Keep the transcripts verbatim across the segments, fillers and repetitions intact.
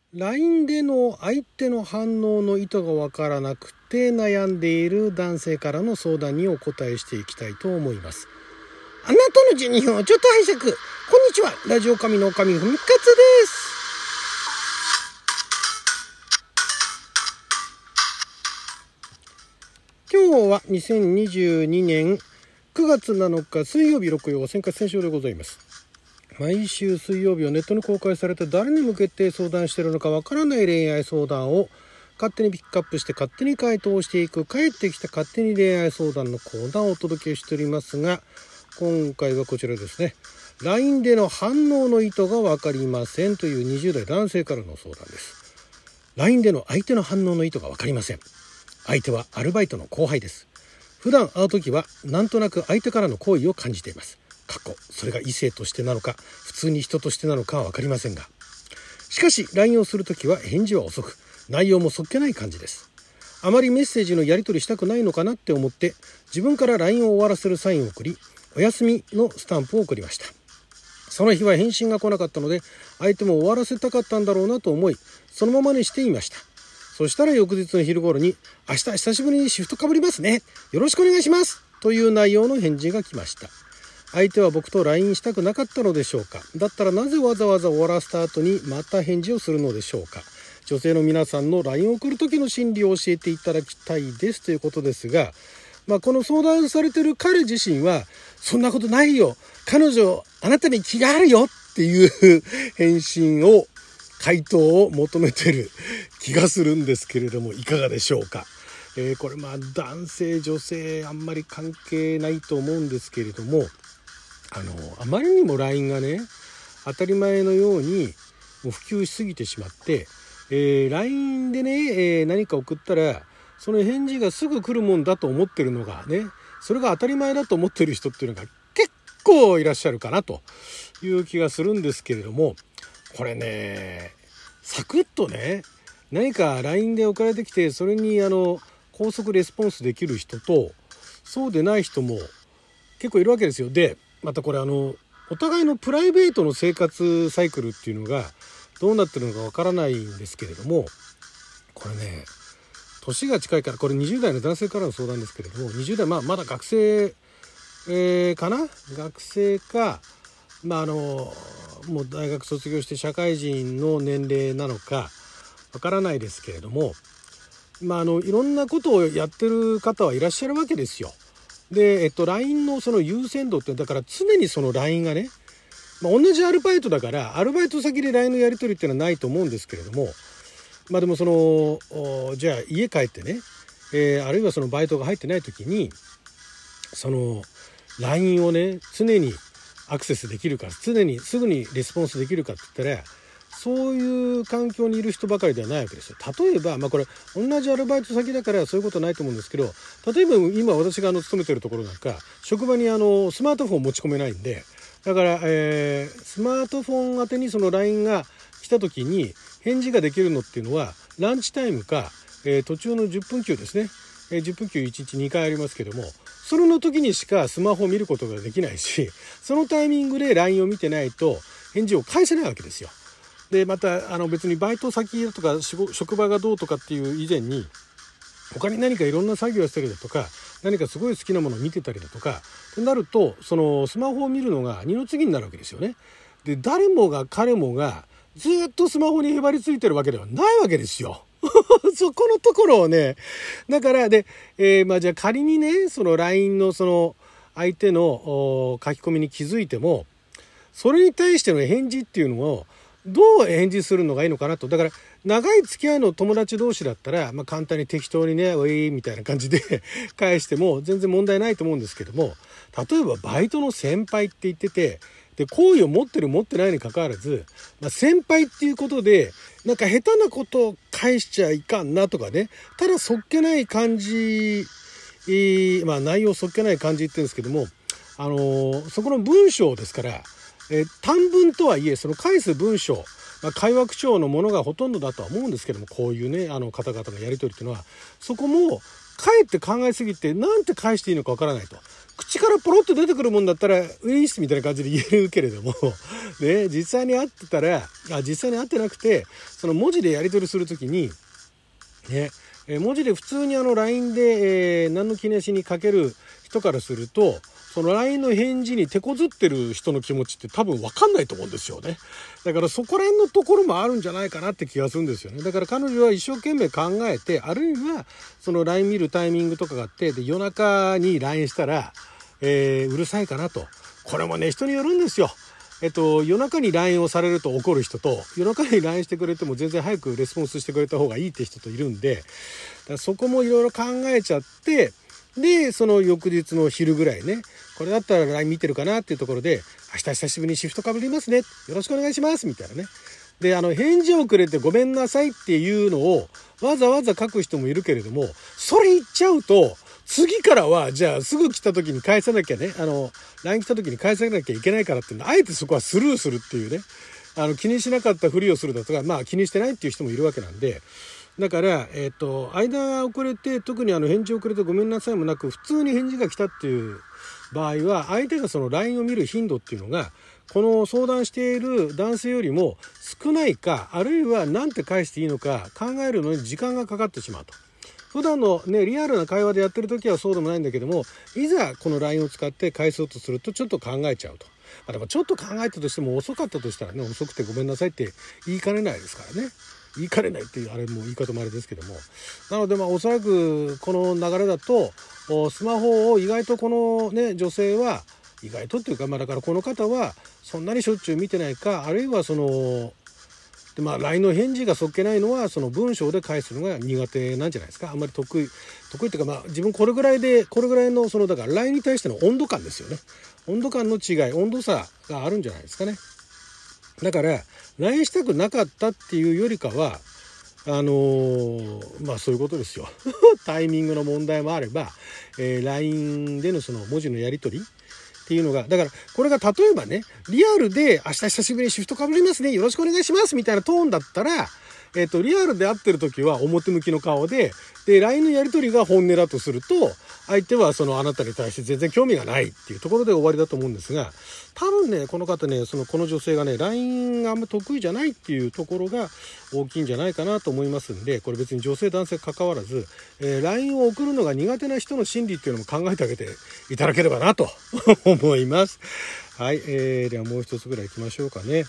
ライン での相手の反応の意図がわからなくて悩んでいる男性からの相談にお答えしていきたいと思います。あなたのじゅうにふんをちょっと拝借。こんにちは、ラジオ神の神ふみかつです。今日はにせんにじゅうにねんくがつなのか水曜日、六曜先活先週でございます。毎週水曜日をネットに公開されて誰に向けて相談しているのかわからない恋愛相談を勝手にピックアップして勝手に回答していく帰ってきた勝手に恋愛相談のコーナーをお届けしておりますが、今回はこちらですね。 ライン での反応の意図がわかりませんというにじゅう代男性からの相談です。 ライン での相手の反応の意図がわかりません。相手はアルバイトの後輩です。普段会うときはなんとなく相手からの好意を感じています。過去それが異性としてなのか普通に人としてなのかは分かりませんが、しかし ライン をするときは返事は遅く内容もそっけない感じです。あまりメッセージのやり取りしたくないのかなって思って自分から ライン を終わらせるサインを送り、お休みのスタンプを送りました。その日は返信が来なかったので相手も終わらせたかったんだろうなと思い、そのままにしていました。そしたら翌日の昼頃に、明日久しぶりにシフトかぶりますね、よろしくお願いしますという内容の返事が来ました。相手は僕と ライン したくなかったのでしょうか。だったらなぜわざわざ終わらせた後にまた返事をするのでしょうか。女性の皆さんの ライン を送る時の心理を教えていただきたいですということですが、まあ、この相談されている彼自身はそんなことないよ、彼女あなたに気があるよっていう返信を回答を求めてる気がするんですけれども、いかがでしょうか。えー、これまあ男性女性あんまり関係ないと思うんですけれども、あのあまりにも ライン がね当たり前のようにもう普及しすぎてしまって、えー、ライン でね、えー、何か送ったらその返事がすぐ来るもんだと思ってるのがね、それが当たり前だと思ってる人っていうのが結構いらっしゃるかなという気がするんですけれども、これねサクッとね何か ライン で送られてきてそれにあの高速レスポンスできる人とそうでない人も結構いるわけですよ。でまたこれあのお互いのプライベートの生活サイクルっていうのがどうなってるのかわからないんですけれども、これね年が近いから、これにじゅう代の男性からの相談ですけれども、にじゅう代、まあ、まだ学生、えー、かな学生か、まああのもう大学卒業して社会人の年齢なのかわからないですけれども、まああのいろんなことをやってる方はいらっしゃるわけですよ。で、えっと、ライン のその優先度ってだから常にその ライン がね、まあ、同じアルバイトだからアルバイト先で ライン のやり取りっていうのはないと思うんですけれども、まあでもそのじゃあ家帰ってね、えー、あるいはそのバイトが入ってない時にその ライン をね常にアクセスできるか、常にすぐにレスポンスできるかって言ったらそういう環境にいる人ばかりではないわけですよ。例えば、まあ、これ同じアルバイト先だからそういうことはないと思うんですけど、例えば今私があの勤めてるところなんか職場にあのスマートフォン持ち込めないんで、だから、えー、スマートフォン宛てにその ライン が来た時に返事ができるのっていうのはランチタイムか、えー、途中のじゅっぷん休ですね、えー、じゅっぷん休いちにちにかいありますけども、それの時にしかスマホを見ることができないし、そのタイミングで ライン を見てないと返事を返せないわけですよ。でまたあの別にバイト先だとか職場がどうとかっていう以前に他に何かいろんな作業をしたりだとか何かすごい好きなものを見てたりだとかってなると、そのスマホを見るのが二の次になるわけですよね。で誰もが彼もがずっとスマホにへばりついてるわけではないわけですよそこのところをね、だからで、えー、まあじゃあ仮にねその ライン のその相手の書き込みに気づいてもそれに対しての返事っていうのをどう返事するのがいいのかなと。だから長い付き合いの友達同士だったら、まあ、簡単に適当にねおいみたいな感じで返しても全然問題ないと思うんですけども、例えばバイトの先輩って言っててで好意を持ってる持ってないに関わらず、まあ、先輩っていうことでなんか下手なことを返しちゃいかんなとかね、ただそっけない感じ、えー、まあ内容そっけない感じって言うんですけども、あのー、そこの文章ですからえー、短文とはいえその返す文章まあ、会話口調のものがほとんどだとは思うんですけども、こういうねあの方々のやり取りっていうのはそこもかえって考えすぎてなんて返していいのかわからないと。口からポロッと出てくるもんだったらウィースみたいな感じで言えるけれどもね、実際に会ってたらあ実際に会ってなくてその文字でやり取りするときにね、え文字で普通にあの ライン で、えー、何の気なしに書ける人からするとその ライン の返事に手こずってる人の気持ちって多分分かんないと思うんですよね。だからそこら辺のところもあるんじゃないかなって気がするんですよね。だから彼女は一生懸命考えて、あるいはその ライン 見るタイミングとかがあって、で夜中に ライン したら、えー、うるさいかなと。これもね人によるんですよ。えっと、夜中に ライン をされると怒る人と、夜中に ライン してくれても全然早くレスポンスしてくれた方がいいって人といるんで、だからそこもいろいろ考えちゃって、でその翌日の昼ぐらいね、これだったら ライン 見てるかなっていうところで、明日久しぶりにシフトかぶりますね、よろしくお願いしますみたいなね。であの返事をくれてごめんなさいっていうのをわざわざ書く人もいるけれども、それ言っちゃうと次からはじゃあすぐ来た時に返さなきゃね、あの ライン 来た時に返さなきゃいけないからっていうのをあえてそこはスルーするっていうね、あの気にしなかったふりをするだとか、まあ気にしてないっていう人もいるわけなんで、だからえっと間が遅れて、特にあの返事遅れてごめんなさいもなく普通に返事が来たっていう場合は、相手がその ライン を見る頻度っていうのがこの相談している男性よりも少ないか、あるいは何て返していいのか考えるのに時間がかかってしまうと。普段のねリアルな会話でやってる時はそうでもないんだけども、いざこの ライン を使って返そうとするとちょっと考えちゃうと。まあ、でもちょっと考えたとしても遅かったとしたらね、遅くてごめんなさいって言いかねないですからね。言いかねないっていうあれも言い方もあれですけども、なのでまあおそらくこの流れだとスマホを意外とこのね女性は意外とっていうか、まあだからこの方はそんなにしょっちゅう見てないか、あるいはそのでまあ ライン の返事がそっけないのはその文章で返すのが苦手なんじゃないですか。あんまり得意得意っていうか、まあ自分これぐらいでこれぐらいのそのだから ライン に対しての温度感ですよね。温度感の違い、温度差があるんじゃないですかね。だから ライン したくなかったっていうよりかはあのー、まあそういうことですよタイミングの問題もあれば、えー、ライン でのその文字のやり取りっていうのが、だからこれが例えばねリアルで明日久しぶりにシフトかぶりますね、よろしくお願いしますみたいなトーンだったら、えっとリアルで会ってる時は表向きの顔で、で ライン のやり取りが本音だとすると、相手はそのあなたに対して全然興味がないっていうところで終わりだと思うんですが、多分ねこの方ね、そのこの女性がね ライン があんま得意じゃないっていうところが大きいんじゃないかなと思いますんで、これ別に女性男性関わらず、えー、ライン を送るのが苦手な人の心理っていうのも考えてあげていただければなと思います。はい、えー、ではもう一つぐらい行きましょうかね。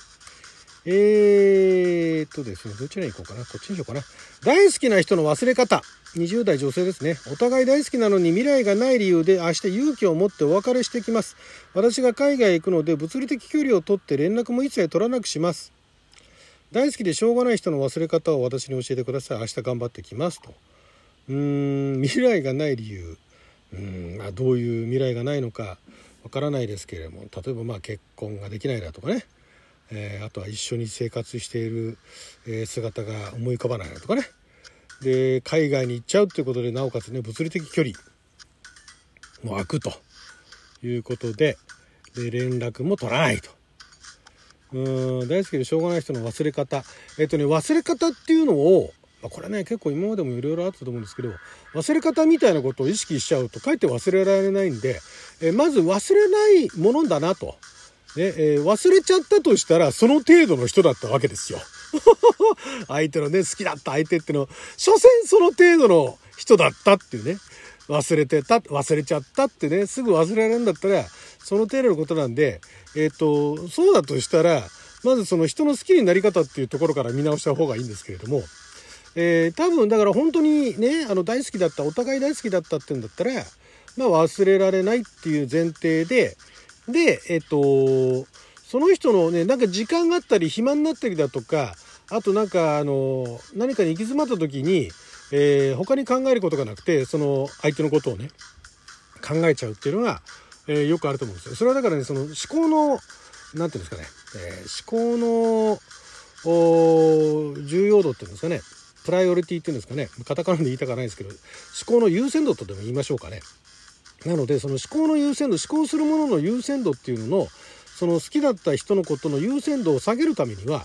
えーっとですね、どちらに行こうかな。こっちにしようかな。大好きな人の忘れ方。にじゅう代女性ですね。お互い大好きなのに未来がない理由で明日勇気を持ってお別れしてきます。私が海外へ行くので物理的距離を取って連絡も一切取らなくします。大好きでしょうがない人の忘れ方を私に教えてください。明日頑張ってきますと。うーん、未来がない理由。うーん、まあ、どういう未来がないのかわからないですけれども、例えばまあ結婚ができないだとかね。えー、あとは一緒に生活している、えー、姿が思い浮かばないとかね。で海外に行っちゃうということで、なおかつね物理的距離も空くということで、で連絡も取らないと。うーん、大好きでしょうがない人の忘れ方。えっとね忘れ方っていうのを、まあ、これね結構今までもいろいろあったと思うんですけど、忘れ方みたいなことを意識しちゃうとかえって忘れられないんで、えー、まず忘れないものだなと。ねえー、忘れちゃったとしたらその程度の人だったわけですよ相手のね好きだった相手っての所詮その程度の人だったっていうね、忘れてた忘れちゃったってね、すぐ忘れられるんだったらその程度のことなんで、えっとそうだとしたらまずその人の好きになり方っていうところから見直した方がいいんですけれども、えー、多分だから本当にねあの大好きだった、お互い大好きだったっていうんだったら、まあ忘れられないっていう前提でで、えっと、その人のね、なんか時間があったり、暇になったりだとか、あとなんか、あの、何かに行き詰まった時に、えー、他に考えることがなくて、その相手のことをね、考えちゃうっていうのが、えー、よくあると思うんですよ。それはだからね、その思考の、なんていうんですかね、えー、思考の重要度っていうんですかね、プライオリティっていうんですかね、カタカナで言いたくはないですけど、思考の優先度とでも言いましょうかね。なのでその思考の優先度、思考するものの優先度っていうのの、その好きだった人のことの優先度を下げるためには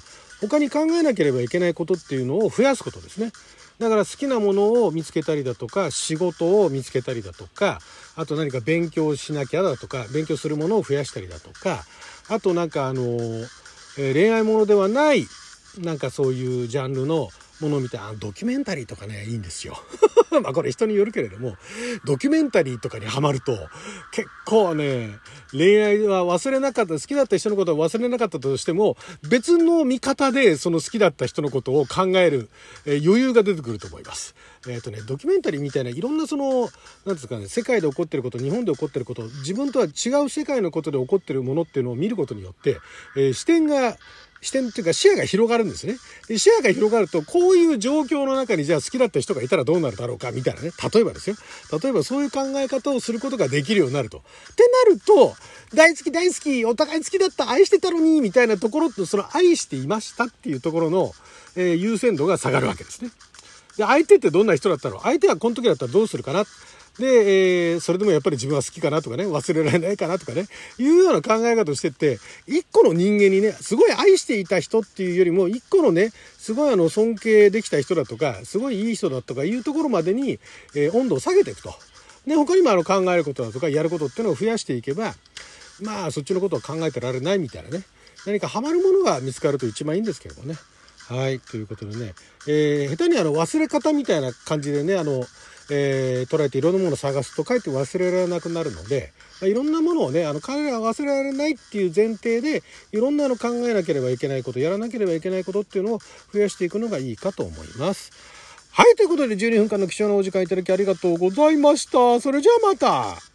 他に考えなければいけないことっていうのを増やすことですね。だから好きなものを見つけたりだとか、仕事を見つけたりだとか、あと何か勉強しなきゃだとか、勉強するものを増やしたりだとか、あとなんかあの、えー、恋愛ものではないなんかそういうジャンルのものみたいなドキュメンタリーとかね、いいんですよ。まあこれ人によるけれども、ドキュメンタリーとかにハマると結構ね、恋愛は忘れなかった、好きだった人のことは忘れなかったとしても、別の見方でその好きだった人のことを考える、えー、余裕が出てくると思います。えっとね、ドキュメンタリーみたいないろんなその、なんですかね、世界で起こっていること、日本で起こっていること、自分とは違う世界のことで起こっているものっていうのを見ることによって、えー、視点が視点っていうか視野が広がるんですね。で、視野が広がると、こういう状況の中にじゃあ好きだった人がいたらどうなるだろうかみたいなね。例えばですよ。例えばそういう考え方をすることができるようになると。ってなると、大好き大好き、お互い好きだった、愛してたのに、みたいなところと、その愛していましたっていうところの、えー、優先度が下がるわけですね。で、相手ってどんな人だったの？相手はこの時だったらどうするかな？で、えー、それでもやっぱり自分は好きかなとかね、忘れられないかなとかね、いうような考え方をしてって、一個の人間にね、すごい愛していた人っていうよりも、一個のね、すごいあの、尊敬できた人だとか、すごいいい人だとかいうところまでに、えー、温度を下げていくと。で、他にもあの、考えることだとか、やることっていうのを増やしていけば、まあ、そっちのことを考えてられないみたいなね、何かハマるものが見つかると一番いいんですけどもね。はい、ということでね、えー、下手にあの、忘れ方みたいな感じでね、あの、えー、捉えていろんなものを探すとかえって忘れられなくなるので、まあ、いろんなものをね、あの彼らは忘れられないっていう前提でいろんなの考えなければいけないこと、やらなければいけないことっていうのを増やしていくのがいいかと思います。はい、ということでじゅうにふんかんの貴重なお時間いただきありがとうございました。それじゃあまた。